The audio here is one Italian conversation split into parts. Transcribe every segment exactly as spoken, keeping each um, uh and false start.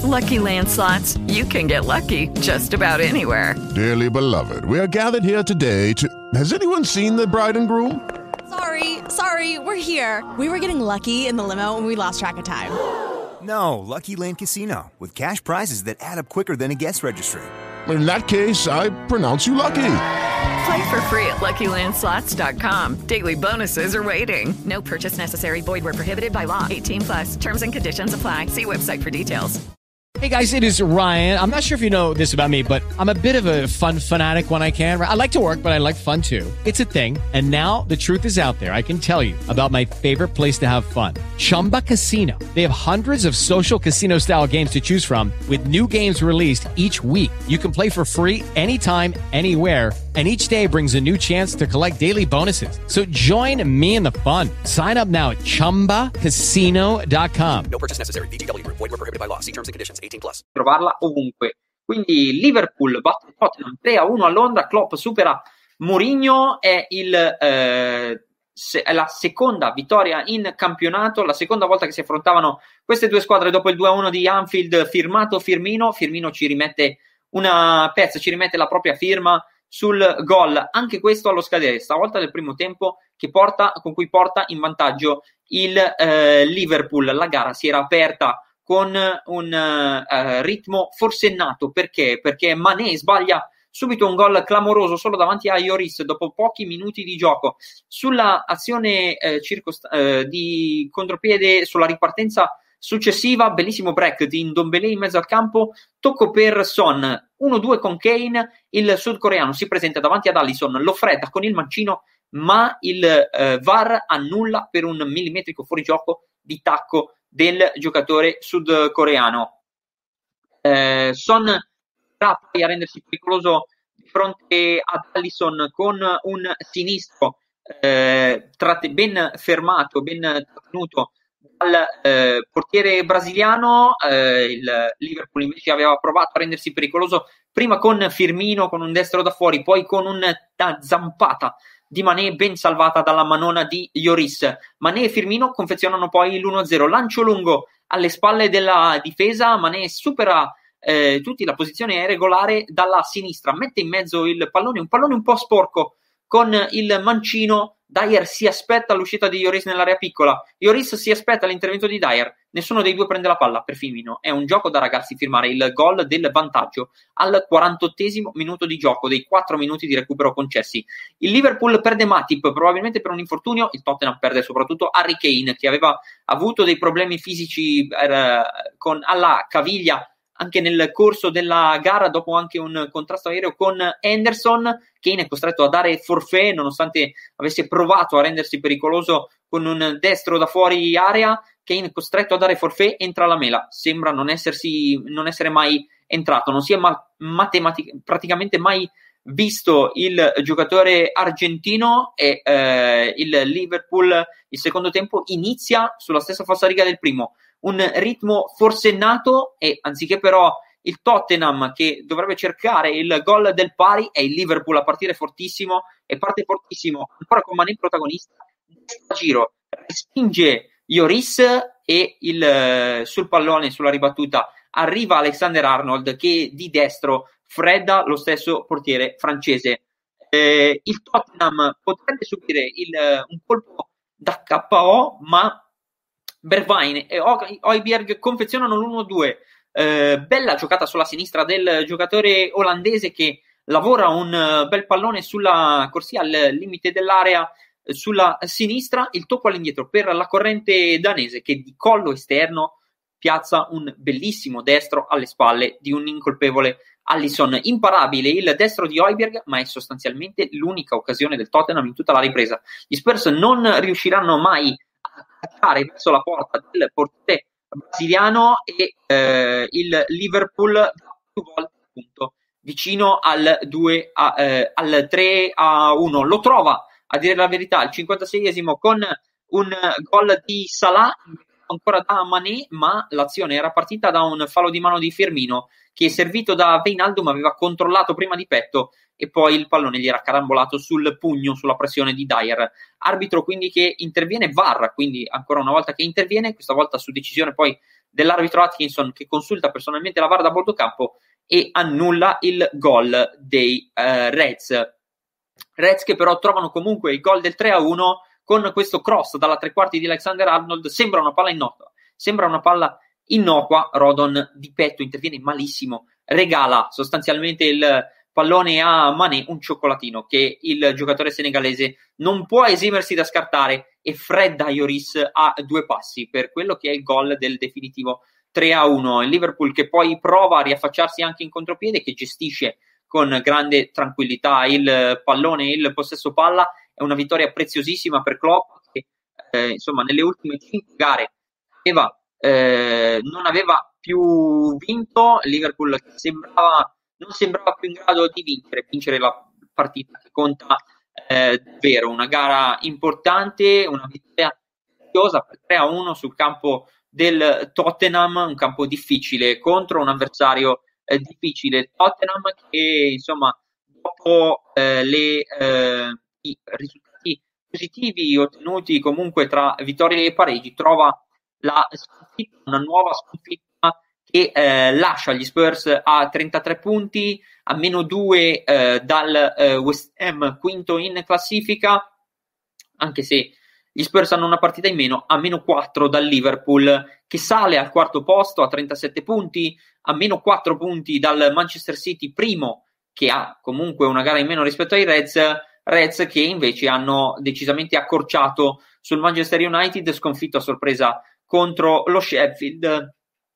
Lucky Land Slots, you can get lucky just about anywhere. Dearly beloved, we are gathered here today to... Has anyone seen the bride and groom? Sorry, sorry, we're here. We were getting lucky in the limo and we lost track of time. No, Lucky Land Casino, with cash prizes that add up quicker than a guest registry. In that case, I pronounce you lucky. Play for free at Lucky Land Slots dot com. Daily bonuses are waiting. No purchase necessary. Void where prohibited by law. eighteen plus. Terms and conditions apply. See website for details. Hey guys, it is Ryan. I'm not sure if you know this about me, but I'm a bit of a fun fanatic when I can. I like to work, but I like fun too. It's a thing. And now the truth is out there. I can tell you about my favorite place to have fun. Chumba Casino. They have hundreds of social casino style games to choose from with new games released each week. You can play for free anytime, anywhere. And each day brings a new chance to collect daily bonuses. So join me in the fun. Sign up now at chumba casino dot com. No purchase necessary. V G W Group. Void where prohibited by law. See terms and conditions. eighteen plus. Trovarla ovunque. Quindi Liverpool batte Tottenham tre a uno a Londra. Klopp supera Mourinho. È, il, eh, se, è la seconda vittoria in campionato, la seconda volta che si affrontavano queste due squadre dopo il due a uno di Anfield. Firmato Firmino. Firmino ci rimette una pezza, ci rimette la propria firma sul gol, anche questo allo scadere, stavolta del primo tempo, che porta, con cui porta in vantaggio il eh, Liverpool. La gara si era aperta con un uh, ritmo forsennato. Perché? Perché Mané sbaglia subito un gol clamoroso solo davanti a Lloris dopo pochi minuti di gioco. Sulla azione eh, circost- eh, di contropiede, sulla ripartenza successiva, bellissimo break di Ndombele in mezzo al campo, tocco per Son, uno due con Kane, il sudcoreano si presenta davanti ad Alisson, lo fredda con il mancino, ma il eh, V A R annulla per un millimetrico fuorigioco di tacco del giocatore sudcoreano. Eh, Son va poi a rendersi pericoloso di fronte ad Alisson con un sinistro eh, tratte, ben fermato, ben trattenuto dal eh, portiere brasiliano. Eh, il Liverpool invece aveva provato a rendersi pericoloso prima con Firmino, con un destro da fuori, poi con una zampata di Mané ben salvata dalla manona di Lloris. Mané e Firmino confezionano poi l'uno a zero, lancio lungo alle spalle della difesa. Mané supera eh, tutti, la posizione è regolare dalla sinistra, mette in mezzo il pallone, un pallone un po' sporco con il mancino. Dyer si aspetta l'uscita di Lloris nell'area piccola, Lloris si aspetta l'intervento di Dyer, nessuno dei due prende la palla. Per Firmino è un gioco da ragazzi firmare il gol del vantaggio al quarantottesimo minuto di gioco dei quattro minuti di recupero concessi. Il Liverpool perde Matip probabilmente per un infortunio, il Tottenham perde soprattutto Harry Kane, che aveva avuto dei problemi fisici eh, con, alla caviglia anche nel corso della gara, dopo anche un contrasto aereo con Henderson. Kane è costretto a dare forfait nonostante avesse provato a rendersi pericoloso con un destro da fuori area. Kane è costretto a dare forfait, entra la mela, sembra non essersi non essere mai entrato, non si è ma- matematic- praticamente mai visto il giocatore argentino. E eh, il Liverpool, il secondo tempo, inizia sulla stessa falsariga del primo, un ritmo forsennato, e anziché però il Tottenham che dovrebbe cercare il gol del pari, è il Liverpool a partire fortissimo, e parte fortissimo ancora con Mané protagonista. A giro respinge Lloris e il, sul pallone, sulla ribattuta, arriva Alexander Arnold che di destro fredda lo stesso portiere francese. Eh, il Tottenham potrebbe subire il, un colpo da K O, ma Bergwijn e Højbjerg confezionano l'uno a due. Eh, bella giocata sulla sinistra del giocatore olandese che lavora un uh, bel pallone sulla corsia al limite dell'area eh, sulla sinistra. Il tocco all'indietro per la corrente danese che di collo esterno piazza un bellissimo destro alle spalle di un incolpevole Alisson. Imparabile il destro di Højbjerg, ma è sostanzialmente l'unica occasione del Tottenham in tutta la ripresa. Gli Spurs non riusciranno mai a cacciare verso la porta del portiere brasiliano e eh, il Liverpool più volte appunto vicino al due a, eh, al tre a uno. Lo trova, a dire la verità, al cinquantaseiesimo con un gol di Salah ancora da Mané, ma l'azione era partita da un fallo di mano di Firmino che, servito da Wijnaldum, aveva controllato prima di petto e poi il pallone gli era carambolato sul pugno, sulla pressione di Dyer. Arbitro quindi che interviene, V A R, quindi ancora una volta che interviene, questa volta su decisione poi dell'arbitro Atkinson, che consulta personalmente la V A R da bordo campo e annulla il gol dei uh, Reds. Reds che però trovano comunque il gol del tre a uno con questo cross dalla tre quarti di Alexander Arnold. Sembra una palla innocua, sembra una palla innocua. Rodon di petto interviene malissimo, regala sostanzialmente il pallone a Mané, un cioccolatino che il giocatore senegalese non può esimersi da scartare, e fredda Lloris a due passi per quello che è il gol del definitivo tre a uno. Il Liverpool che poi prova a riaffacciarsi anche in contropiede, che gestisce con grande tranquillità il pallone e il possesso palla. È una vittoria preziosissima per Klopp che eh, insomma nelle ultime cinque gare aveva, eh, non aveva più vinto. Il Liverpool sembrava, non sembrava più in grado di vincere, vincere la partita che conta eh, davvero, una gara importante, una vittoria preziosa per tre a uno sul campo del Tottenham, un campo difficile contro un avversario eh, difficile. Tottenham che insomma dopo eh, le, eh, i risultati positivi ottenuti comunque tra vittorie e pareggi trova la sconfitta, una nuova sconfitta che eh, lascia gli Spurs a trentatré punti, a meno due eh, dal eh, West Ham, quinto in classifica, anche se gli Spurs hanno una partita in meno, a meno quattro dal Liverpool che sale al quarto posto a trentasette punti, a meno quattro punti dal Manchester City, primo, che ha comunque una gara in meno rispetto ai Reds, Reds che invece hanno decisamente accorciato sul Manchester United, sconfitto a sorpresa contro lo Sheffield,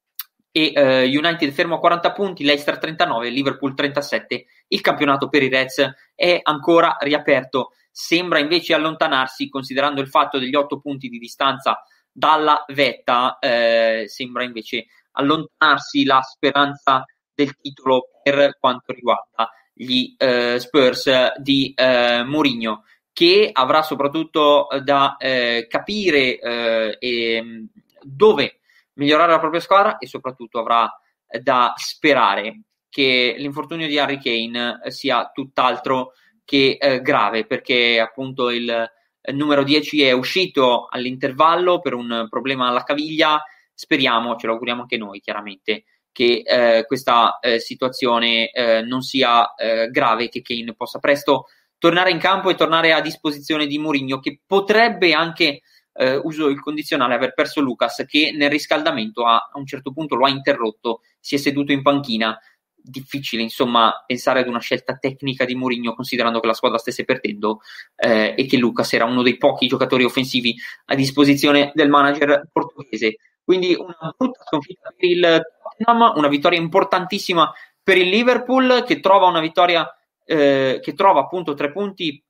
e eh, United fermo a quaranta punti, Leicester trentanove, Liverpool trentasette. Il campionato per i Reds è ancora riaperto, sembra invece allontanarsi, considerando il fatto degli otto punti di distanza dalla vetta, eh, sembra invece allontanarsi la speranza del titolo per quanto riguarda gli eh, Spurs di eh, Mourinho, che avrà soprattutto da eh, capire eh, e, dove migliorare la propria squadra, e soprattutto avrà da sperare che l'infortunio di Harry Kane sia tutt'altro che eh, grave, perché appunto il, il numero dieci è uscito all'intervallo per un problema alla caviglia. Speriamo, ce lo auguriamo anche noi chiaramente, che eh, questa eh, situazione eh, non sia eh, grave, che Kane possa presto tornare in campo e tornare a disposizione di Mourinho, che potrebbe anche, eh, uso il condizionale, aver perso Lucas, che nel riscaldamento ha, a un certo punto lo ha interrotto, si è seduto in panchina. Difficile insomma pensare ad una scelta tecnica di Mourinho, considerando che la squadra stesse perdendo eh, e che Lucas era uno dei pochi giocatori offensivi a disposizione del manager portoghese. Quindi una brutta sconfitta per il Tottenham, una vittoria importantissima per il Liverpool, che trova una vittoria eh, che trova appunto tre punti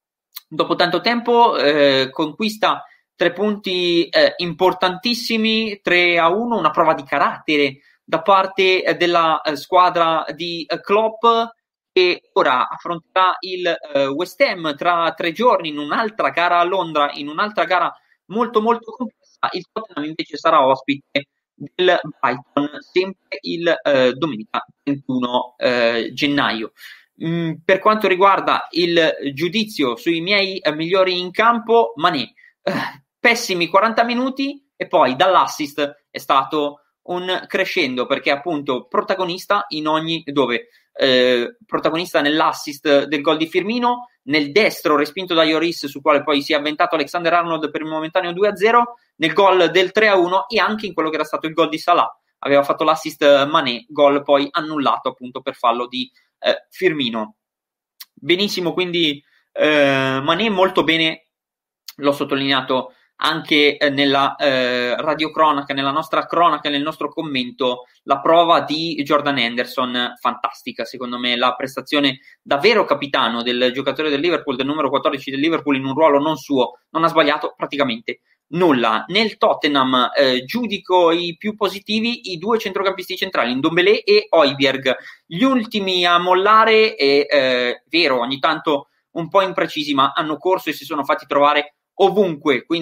dopo tanto tempo, eh, conquista tre punti eh, importantissimi, tre a uno, una prova di carattere da parte eh, della eh, squadra di eh, Klopp, che ora affronterà il eh, West Ham tra tre giorni in un'altra gara a Londra, in un'altra gara molto molto complessa. Il Tottenham invece sarà ospite del Brighton sempre il eh, domenica ventuno eh, gennaio. Mm, per quanto riguarda il giudizio sui miei eh, migliori in campo, Mané, eh, pessimi quaranta minuti, e poi dall'assist è stato un crescendo, perché appunto protagonista in ogni dove eh, protagonista nell'assist del gol di Firmino, nel destro respinto da Lloris, sul quale poi si è avventato Alexander Arnold per il momentaneo due a zero, nel gol del tre a uno e anche in quello che era stato il gol di Salah. Aveva fatto l'assist Mané, gol poi annullato appunto per fallo di eh, Firmino. Benissimo, quindi eh, Mané molto bene, l'ho sottolineato anche eh, nella eh, radiocronaca, nella nostra cronaca, nel nostro commento, la prova di Jordan Henderson, fantastica secondo me, la prestazione da vero capitano del giocatore del Liverpool, del numero quattordici del Liverpool, in un ruolo non suo, non ha sbagliato praticamente nulla. Nel Tottenham eh, giudico i più positivi i due centrocampisti centrali, Ndombele e Højbjerg, gli ultimi a mollare, è eh, vero, ogni tanto un po' imprecisi, ma hanno corso e si sono fatti trovare ovunque, quindi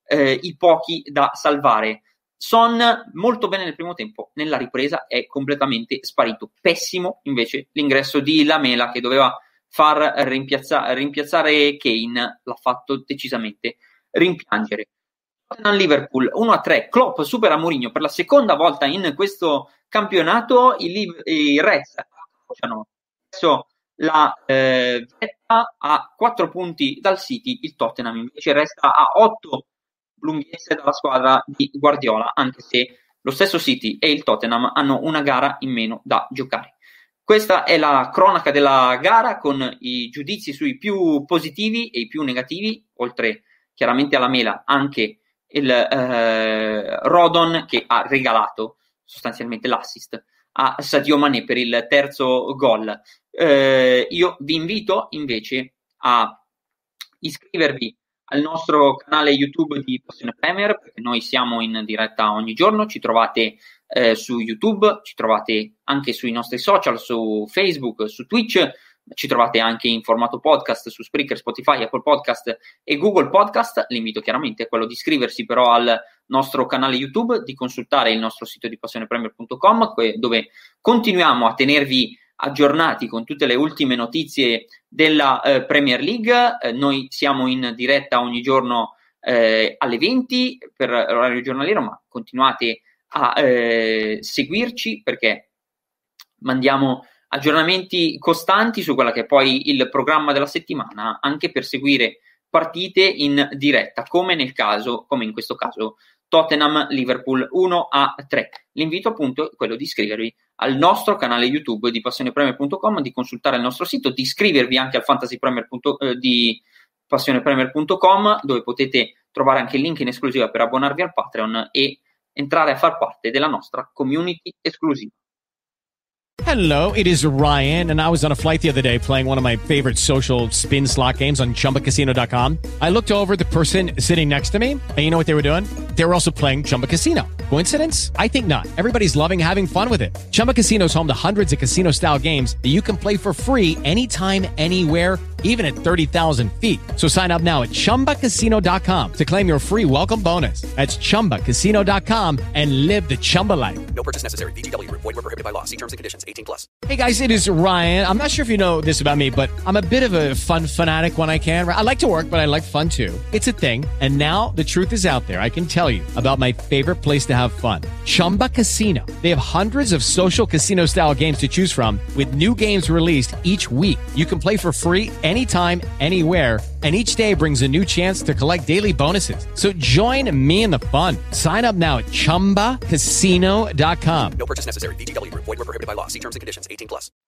eh, i pochi da salvare. Son molto bene nel primo tempo, nella ripresa è completamente sparito. Pessimo invece l'ingresso di Lamela, che doveva far rimpiazza- rimpiazzare Kane, l'ha fatto decisamente rimpiangere. Tottenham-Liverpool uno a tre, Klopp supera Mourinho per la seconda volta in questo campionato. I, Liv- i Reds hanno messo la eh, vetta a quattro punti dal City, il Tottenham invece resta a otto lunghezze dalla squadra di Guardiola, anche se lo stesso City e il Tottenham hanno una gara in meno da giocare. Questa è la cronaca della gara con i giudizi sui più positivi e i più negativi, oltre chiaramente alla Mela anche il eh, Rodon, che ha regalato sostanzialmente l'assist a Sadio Mané per il terzo gol. Eh, io vi invito invece a iscrivervi al nostro canale YouTube di Passione Premier, perché noi siamo in diretta ogni giorno, ci trovate eh, su YouTube, ci trovate anche sui nostri social, su Facebook, su Twitch, ci trovate anche in formato podcast su Spreaker, Spotify, Apple Podcast e Google Podcast. L'invito chiaramente è quello di iscriversi però al nostro canale YouTube, di consultare il nostro sito di passione premier punto com, dove continuiamo a tenervi aggiornati con tutte le ultime notizie della eh, Premier League. Eh, noi siamo in diretta ogni giorno eh, alle venti per l'orario giornaliero, ma continuate a eh, seguirci perché mandiamo aggiornamenti costanti su quella che è poi il programma della settimana, anche per seguire partite in diretta, come nel caso, come in questo caso, Tottenham-Liverpool uno a tre. L'invito appunto è quello di iscrivervi al nostro canale YouTube di passione premier punto com, di consultare il nostro sito, di iscrivervi anche al Fantasy Premier eh, di passione premier punto com, dove potete trovare anche il link in esclusiva per abbonarvi al Patreon e entrare a far parte della nostra community esclusiva. Hello, it is Ryan, and I was on a flight the other day playing one of my favorite social spin slot games on chumba casino dot com. I looked over at the person sitting next to me, and you know what they were doing? They were also playing Chumba Casino. Coincidence? I think not. Everybody's loving having fun with it. Chumba Casino is home to hundreds of casino-style games that you can play for free anytime, anywhere, even at thirty thousand feet. So sign up now at chumba casino dot com to claim your free welcome bonus. That's chumba casino dot com and live the Chumba life. No purchase necessary. V G W. Void where prohibited by law. See terms and conditions. eighteen plus. Hey guys, it is Ryan. I'm not sure if you know this about me, but I'm a bit of a fun fanatic when I can. I like to work, but I like fun too. It's a thing. And now the truth is out there. I can tell you about my favorite place to have fun. Chumba Casino. They have hundreds of social casino style games to choose from with new games released each week. You can play for free anytime, anywhere, and each day brings a new chance to collect daily bonuses. So join me in the fun. Sign up now at chumba casino dot com. No purchase necessary. V G W. Void where prohibited by law. See terms and conditions. eighteen plus.